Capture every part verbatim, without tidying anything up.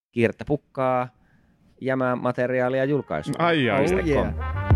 Kiirettä pukkaa, jämää materiaalia julkaisuun. Ai ai. Oh, yeah.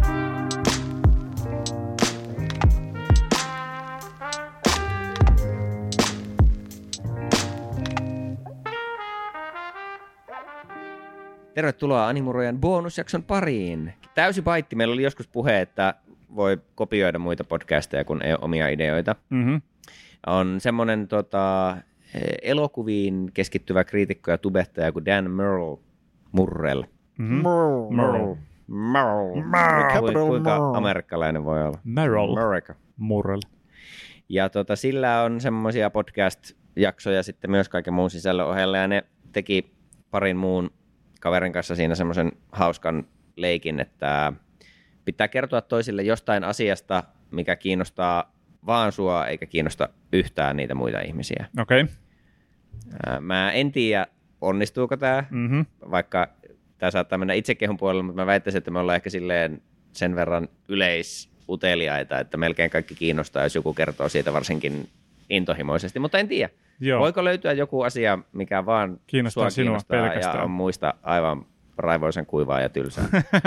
Tervetuloa Animurojan bonusjakson pariin. Täysi baitti. Meillä oli joskus puhe, että voi kopioida muita podcasteja, kun ei ole omia ideoita. Mm-hmm. On semmoinen tota, elokuviin keskittyvä kriitikko ja tubettaja kuin Dan Murrell. Murrell. Mm-hmm. Murrell. Murrell. Murrell. Kuinka amerikkalainen voi olla? Murrell. America. Murrell. Ja tota, sillä on semmoisia podcast-jaksoja sitten myös kaiken muun sisällön ohella, ja ne teki parin muun kaverin kanssa siinä semmoisen hauskan leikin, että pitää kertoa toisille jostain asiasta, mikä kiinnostaa vaan sua, eikä kiinnosta yhtään niitä muita ihmisiä. Okei. Okay. Mä en tiedä, onnistuuko tämä, Mm-hmm. vaikka tämä saattaa mennä itsekehun puolelle, mutta mä väittäisin, että me ollaan ehkä silleen sen verran yleisuteliaita, että melkein kaikki kiinnostaa, jos joku kertoo siitä varsinkin intohimoisesti, mutta en tiedä. Joo. Voiko löytyä joku asia, mikä vaan kiinnostaa sua sinua kiinnostaa pelkästään ja on muista aivan raivoisen kuivaa ja tylsää?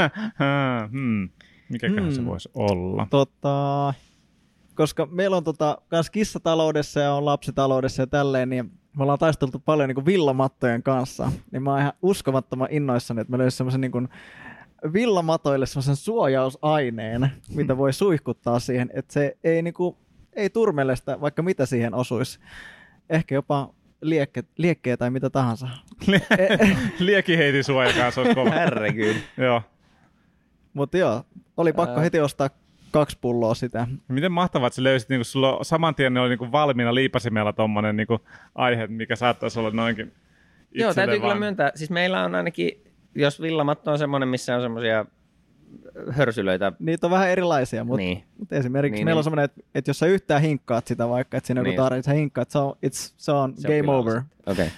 hmm. Mikäköhän hmm. se voisi olla? Tota, koska meillä on tota, kans kissataloudessa ja on lapsitaloudessa ja tälleen, niin me ollaan taisteltu paljon niin kuin villamattojen kanssa. Niin mä oon ihan uskomattoman innoissani, että mä löysin semmoisen niin kuin villamatoille semmoisen suojausaineen, mitä voi suihkuttaa siihen, että se ei, niin kuin, ei turmele sitä, vaikka mitä siihen osuisi. Ehkä jopa liekke, liekkejä tai mitä tahansa. Liekkiheitin suoja kanssa olisi kova. Herregud. Joo. Mutta joo, oli pakko Ää... heti ostaa kaksi pulloa sitä. Miten mahtavaa, että sä löysit, niin sulla saman tien ne oli niin valmiina liipasimella tommonen niin aihe, mikä saattaisi olla noinkin Joo, täytyy vaan. Kyllä myöntää. Siis meillä on ainakin, jos villamatto on semmoinen, missä on semmoisia hörsylöitä. Niitä on vähän erilaisia, mutta niin. mut esimerkiksi niin, meillä niin. on semmoinen, että, että jos sä yhtään hinkkaat sitä vaikka, että siinä on niin. joku tarina, että sä hinkkaat, se on, it's, se on se game on over. Okei.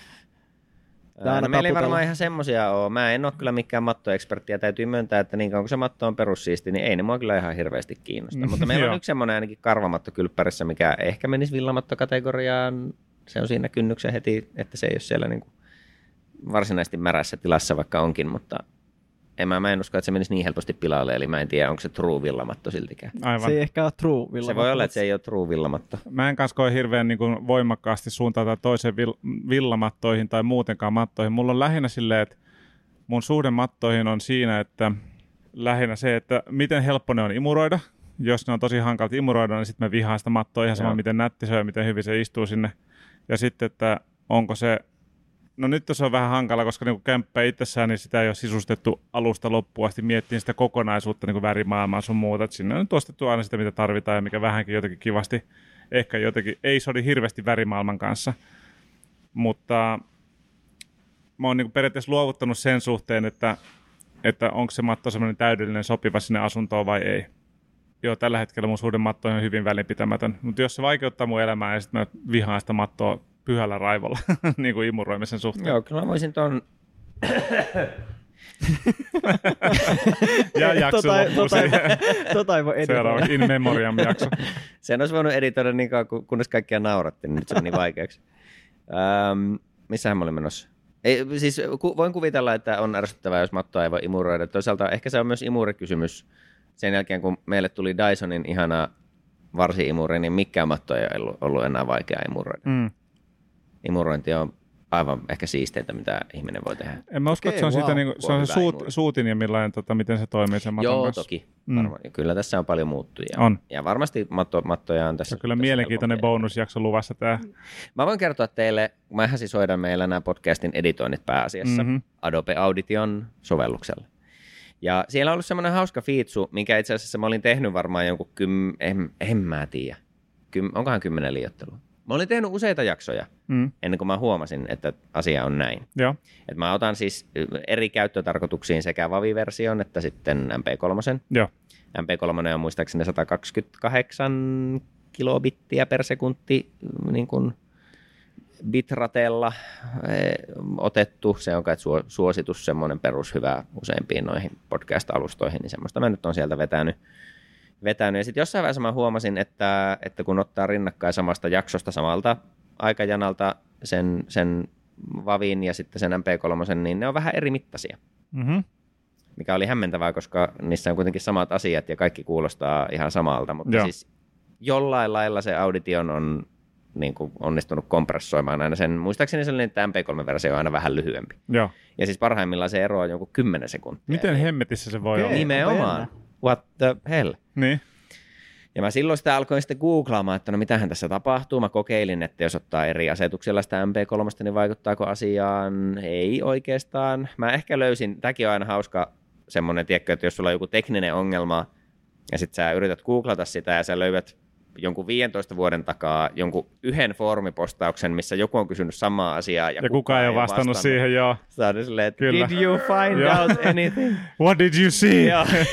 Okay. No, meillä ei varmaan ihan semmoisia ole. Mä en ole kyllä mikään mattoekspertti ja täytyy myöntää, että niin kauan kun se matto on perussiisti, niin ei ne mua kyllä ihan hirveästi kiinnosta. Mutta meillä on yksi semmoinen ainakin karvamatto kylppärissä, mikä ehkä menisi villamattokategoriaan. Se on siinä kynnyksen heti, että se ei ole siellä niin kuin varsinaisesti märässä tilassa, vaikka onkin, mutta en mä, mä en usko, että se menisi niin helposti pilalle, eli mä en tiedä, onko se true villamatto siltikään. Aivan. Se ei ehkä ole true villamatto. Se voi olla, että se ei ole true villamatto. Mä en kanssa koe hirveän niin kuin voimakkaasti suuntautua toiseen vill- villamattoihin tai muutenkaan mattoihin. Mulla on lähinnä silleen, että mun suhde mattoihin on siinä, että lähinnä se, että miten helppo ne on imuroida. Jos ne on tosi hankalat imuroida, niin sitten mä vihaan sitä mattoa ihan sama, miten nätti se on ja miten hyvin se istuu sinne. Ja sitten, että onko se... No nyt se on vähän hankala, koska niin kämppä itsessään, niin sitä ei ole sisustettu alusta loppuun asti. Miettiin sitä kokonaisuutta, niin kuin värimaailmaa sun muuta. Et sinne on nyt ostettu aina sitä, mitä tarvitaan ja mikä vähänkin jotenkin kivasti, ehkä jotenkin, ei sodi hirveästi värimaailman kanssa. Mutta mä oon niin periaatteessa luovuttanut sen suhteen, että, että onko se matto semmoinen täydellinen sopiva sinne asuntoon vai ei. Joo, tällä hetkellä mun suhde matto on hyvin välinpitämätön. Mutta jos se vaikeuttaa mun elämää ja sitten mä vihaan sitä mattoa pyhällä raivolla, niin kuin imuroimisen suhteen. Joo, kyllä mä voisin ton... ja jakso tota, loppuu tota, siihen. Tota ei voi editoida. Seuraava in memoriam jakso. Sen olisi voinut editoida niin kauan, kunnes kaikkia nauratti, niin nyt se meni vaikeaksi. Ähm, missähän mä olin menossa? Ei, siis ku, voin kuvitella, että on ärsyttävää, jos mattoa ei voi imuroida. Toisaalta ehkä se on myös imurikysymys. Sen jälkeen, kun meille tuli Dysonin ihana varsi-imuri, niin mikään matto ei ollut, ollut enää vaikea imuroida. Mm. Imurointi on aivan ehkä siisteintä, mitä ihminen voi tehdä. En mä usko, Okei, että se on, wow. siitä, niin kuin, se, on se suut, suutin ja millainen, tota, miten se toimii sen maton Joo, kanssa. toki. Mm. Varmaan. Kyllä tässä on paljon muuttuja. On. Ja varmasti matto, mattoja on tässä. Se on kyllä tässä mielenkiintoinen helpompi. bonusjakso luvassa tämä. Mä voin kertoa teille, mähän siis hoidan meillä nämä podcastin editoinnit pääasiassa Mm-hmm. Adobe Audition sovelluksella. Ja siellä on ollut semmoinen hauska fiitsu, minkä itse asiassa mä olin tehnyt varmaan jonkun kym... En, en mä tiedä. Kym... Onkohan kymmenen liioittelua? Mä olin tehnyt useita jaksoja Mm. ennen kuin mä huomasin, että asia on näin. Joo. Et mä otan siis eri käyttötarkoituksiin sekä Vavi-version että sitten M P kolme. Joo. M P kolme on muistaakseni sata kaksikymmentäkahdeksan kilobittiä per sekunti niin kuin bitratella otettu. Se on kai suositus, semmoinen perushyvä useimpiin noihin podcast-alustoihin, niin semmoista mä nyt on sieltä vetänyt. vetänyt. Ja sitten jossain vaiheessa mä huomasin, että, että kun ottaa rinnakkain samasta jaksosta samalta aikajanalta sen, sen Vavin ja sitten sen M P kolme, niin ne on vähän eri mittaisia. Mm-hmm. Mikä oli hämmentävää, koska niissä on kuitenkin samat asiat ja kaikki kuulostaa ihan samalta, mutta Joo. siis jollain lailla se Audition on niin kuin onnistunut kompressoimaan aina sen. Muistaakseni sellainen, että M P kolme-versio on aina vähän lyhyempi. Joo. Ja siis parhaimmillaan se ero on jonkun kymmenen sekuntia. Miten hemmetissä se voi Okei, olla? Nimenomaan. What the hell? Niin. Ja mä silloin sitä alkoin sitten googlaamaan, että no mitähän tässä tapahtuu. Mä kokeilin, että jos ottaa eri asetuksella sitä M P kolme, niin vaikuttaako asiaan? Ei oikeastaan. Mä ehkä löysin, tämäkin on aina hauska semmoinen, tiedätkö, että jos sulla on joku tekninen ongelma, ja sitten sä yrität googlata sitä, ja sä löydät jonkun viidentoista vuoden takaa jonkun yhden foorumipostauksen, missä joku on kysynyt samaa asiaa. Ja, ja kukaan ei ole vastannut, vastannut siihen, joo. Sä oot silleen, että Kyllä. did you find out anything? What did you see?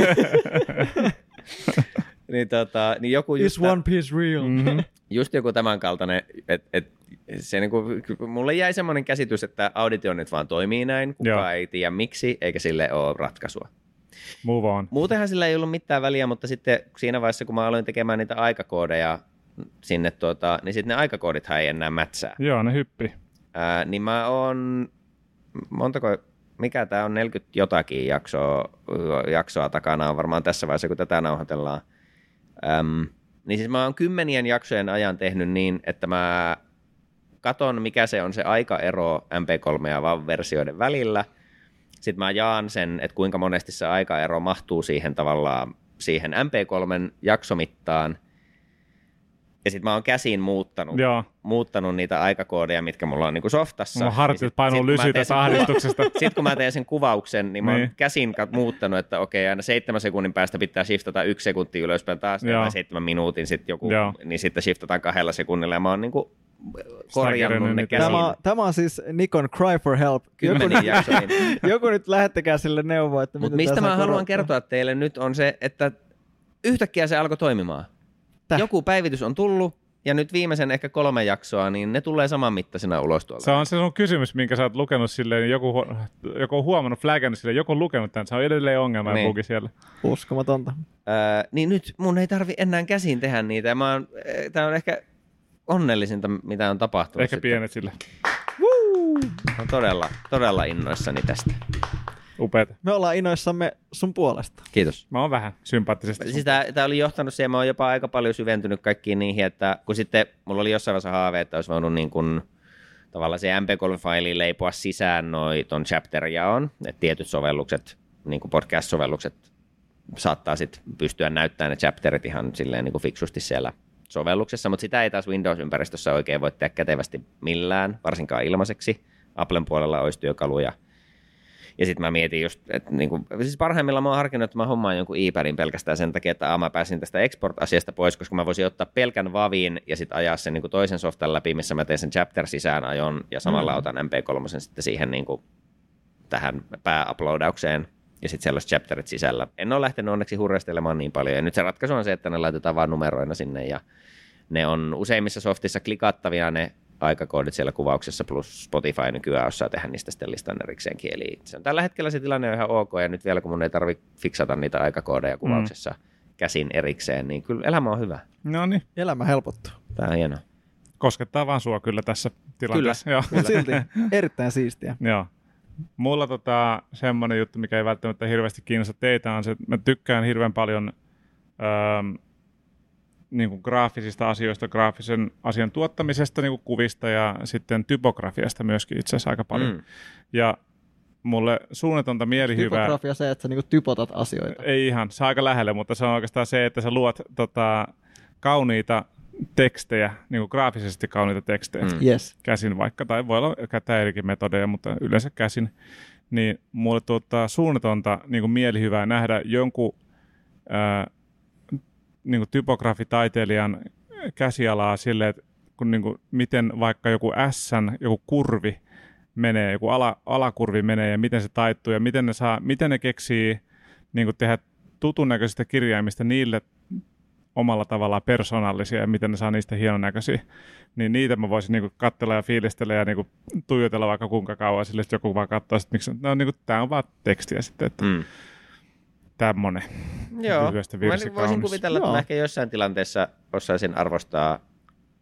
niin, tota, niin joku just Is One Piece real? Mm-hmm. Just joku tämän kaltainen, että et, se niinku, mulle jäi semmoinen käsitys, että Audition nyt vaan toimii näin, kukaan Joo. ei tiedä miksi, eikä sille ole ratkaisua. Move on. Muutenhan sillä ei ollut mitään väliä, mutta sitten siinä vaiheessa, kun mä aloin tekemään niitä aikakoodeja sinne, tuota, niin sitten ne aikakoodithan ei enää mätsää. Joo, ne hyppi. Ää, niin mä oon, montako, mikä tää on, neljäkymmentä jotakin jaksoa, jaksoa takana on varmaan tässä vaiheessa, kun tätä nauhoitellaan. Äm, niin siis mä oon kymmenien jaksojen ajan tehnyt niin, että mä katon, mikä se on se aikaero M P kolme ja WAV-versioiden välillä. Sitten mä jaan sen, että kuinka monesti se aikaero mahtuu siihen tavallaan siihen M P kolme jaksomittaan. Ja sitten mä oon käsin muuttanut, muuttanut niitä aikakoodeja, mitkä mulla on niinku softassa. Mulla on hartit painuu lysyitä ahdistuksesta. Sitten kun mä teen sen kuvauksen, niin mä oon niin. käsin muuttanut, että okei, aina seitsemän sekunnin päästä pitää shiftata yksi sekunti ylöspäin taas, ja seitsemän minuutin sitten joku, Joo. niin sitten shiftataan kahdella sekunnilla, ja mä oon niinku korjannut ne käsin. Tämä, tämä on siis Nikon Cry for Help. Joku, joku nyt lähettäkää sille neuvoa, että Mut mistä mä haluan korottaa. kertoa teille nyt on se, että yhtäkkiä se alkoi toimimaan. Täh. Joku päivitys on tullut, ja nyt viimeisen ehkä kolme jaksoa, niin ne tulee saman mittaisena ulos tuolta. Se on se sun kysymys, minkä sä oot lukenut silleen, niin joku, joku on huomannut, flagannut silleen, joku on lukenut tämän, se on edelleen ongelma niin. ja bugi siellä. Uskomatonta. Öö, niin nyt mun ei tarvi enää käsin tehdä niitä, ja mä oon, tää on ehkä onnellisinta, mitä on tapahtunut. Ehkä sitten. Pienet sille. Woo! On todella, todella innoissani tästä. Upeeta. Me ollaan innoissamme sun puolesta. Kiitos. Mä oon vähän sympaattisesti. Siis tää oli johtanut siihen, mä oon jopa aika paljon syventynyt kaikkiin niihin, että kun sitten mulla oli jossain vaiheessa haave, että olisi voinut niin kuin tavallaan se M P kolme-failiin leipoa sisään noi ton chapter-jaon, että tietyt sovellukset, niin kuin podcast-sovellukset, saattaa sitten pystyä näyttämään ne chapterit ihan silleen niin kuin fiksusti siellä sovelluksessa, mutta sitä ei taas Windows-ympäristössä oikein voi tehdä kätevästi millään, varsinkaan ilmaiseksi. Applen puolella olisi työkaluja. Ja sitten mä mietin just, että niinku, siis parhaimmillaan mä oon harkinnut, että mä hommaan jonkun iPadin pelkästään sen takia, että mä pääsin tästä export-asiasta pois, koska mä voisin ottaa pelkän Vavin ja sitten ajaa sen niinku toisen softan läpi, missä mä teen sen chapter sisäänajon ja samalla mm. otan M P kolme sitten siihen niinku, tähän pääuploadaukseen ja sitten sellaiset chapterit sisällä. En ole lähtenyt onneksi hurrastelemaan niin paljon ja nyt se ratkaisu on se, että ne laitetaan vaan numeroina sinne ja ne on useimmissa softissa klikattavia ne aikakoodit siellä kuvauksessa, plus Spotify nykyään osaa tehdä niistä sitten listan erikseenkin. Eli se on tällä hetkellä se tilanne on ihan ok, ja nyt vielä kun mun ei tarvitse fiksata niitä aikakoodeja kuvauksessa mm. käsin erikseen, niin kyllä elämä on hyvä. No niin. Elämä helpottuu. Tämä on hienoa. Koskettaa vaan sua kyllä tässä tilanteessa. Kyllä, mutta silti erittäin siistiä. Joo. Mulla tota, semmoinen juttu, mikä ei välttämättä hirveästi kiinnosta teitä, on se, että mä tykkään hirveän paljon öö, niin kuin graafisista asioista, graafisen asian tuottamisesta, niin kuin kuvista ja sitten typografiasta myöskin itse asiassa aika paljon. Mm. Ja mulle suunnatonta mielihyvää... Typografia se, että sä niin kuin typotat asioita. Ei ihan, se on aika lähelle, mutta se on oikeastaan se, että sä luot tota, kauniita tekstejä, niin kuin graafisesti kauniita tekstejä, mm. yes. käsin vaikka, tai voi olla käyttää erikin metodeja, mutta yleensä käsin. Niin mulle tuottaa suunnatonta niin kuin mielihyvää nähdä jonkun... Ää, niin kuin typografitaiteilijan käsialaa silleen, että kun niin kuin, miten vaikka joku ässän, joku kurvi menee, joku ala, alakurvi menee ja miten se taittuu ja miten ne, saa, miten ne keksii niin kuin tehdä tutun näköisistä kirjaimista niille omalla tavallaan persoonallisia ja miten ne saa niistä hienon näköisiä. Niin niitä mä voisin niin kuin katsella ja fiilistellä ja niin kuin tuijotella vaikka kuinka kauan sille, että joku vaan katsoo, että miksi, no, niin kuin, tämä on vaan tekstiä sitten, että mm. tämmöinen. Joo, mä voisin kuvitella, että mä ehkä jossain tilanteessa osaisin arvostaa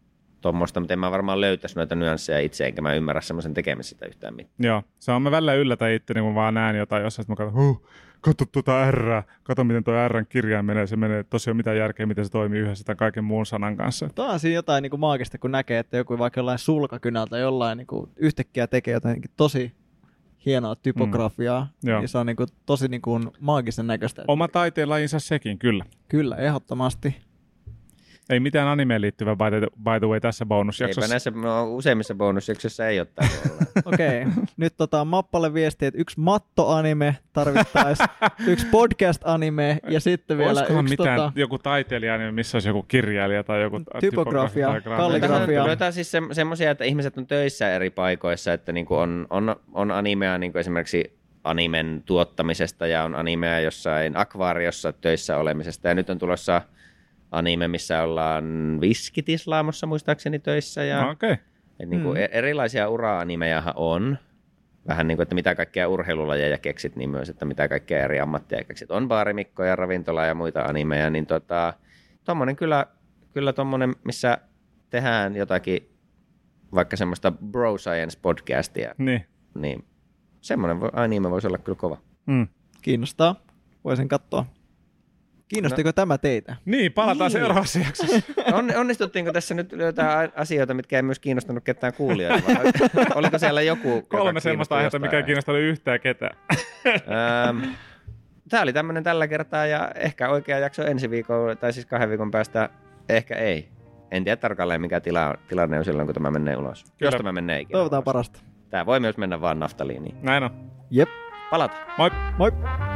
tuommoista, mutta en mä varmaan löytäisi noita nyansseja itse, enkä mä ymmärrä semmoisen tekemistä sitä yhtään mitään. Joo, se on mä välillä yllätä itse, kun vaan näen jotain jossain, että mä katson, huh, katso tuota R, katso miten tuo R:n kirjain menee, se menee tosiaan mitään järkeä, miten se toimii yhdessä tämän kaiken muun sanan kanssa. Tämä on siinä jotain niin kuin maagista, kun näkee, että joku vaikka jollain sulkakynältä jollain niin kuin yhtäkkiä tekee jotain tosi hienoa typografiaa, mm. niin se on niin kuin tosi niin kuin maagisen näköistä. Oma taiteenlajinsa sekin, kyllä. Kyllä, ehdottomasti. Ei mitään animeen liittyvää by the, by the way tässä bonusjaksossa. Eipä näissä no, useimmissa bonusjaksoissa ei ole tällä. Okei, okay. Nyt tota, Mappalle viesti, että yksi mattoanime tarvittaisiin, yksi podcast-anime ja sitten vielä olisikohan yksi mitään, tota, joku taiteilija, missä olisi joku kirjailija tai joku typografia, typografia, kalligrafia. Jotain siis se, semmoisia, että ihmiset on töissä eri paikoissa, että niinku on, on, on animea niinku esimerkiksi animen tuottamisesta ja on animea jossain akvaariossa töissä olemisesta ja nyt on tulossa anime, missä ollaan viskitislaamossa muistaakseni töissä. Ja no, okay. niin kuin mm. erilaisia ura-animejahan on. Vähän niin kuin, että mitä kaikkea urheilulajeja keksit, niin myös, että mitä kaikkea eri ammattia keksit. On baarimikko ja ravintola ja muita animeja, niin tota, tommonen kyllä, kyllä tommonen, missä tehdään jotakin, vaikka semmoista bro science podcastia, niin, niin semmoinen anime voisi olla kyllä kova. Mm. Kiinnostaa. Voisin katsoa. Kiinnostiko no. tämä teitä? Niin, palataan niin. seuraavassa jaksossa. On, onnistuttiinko tässä nyt löytää asioita, mitkä ei myös kiinnostanut ketään kuulijoita? Oliko siellä joku, kolme semmoista aihetta, mikä ei kiinnostanut yhtään ketään? Tämä oli tämmöinen tällä kertaa ja ehkä oikea jakso ensi viikolla, tai siis kahden viikon päästä, ehkä ei. En tiedä tarkalleen, mikä tila, tilanne on silloin, kun tämä menee ulos. Kyllä. Jos tämä menee ikinä. Toivotaan ulos. Parasta. Tämä voi myös mennä vaan naftaliiniin. Näin on. Jep. Palataan. Moi. Moi.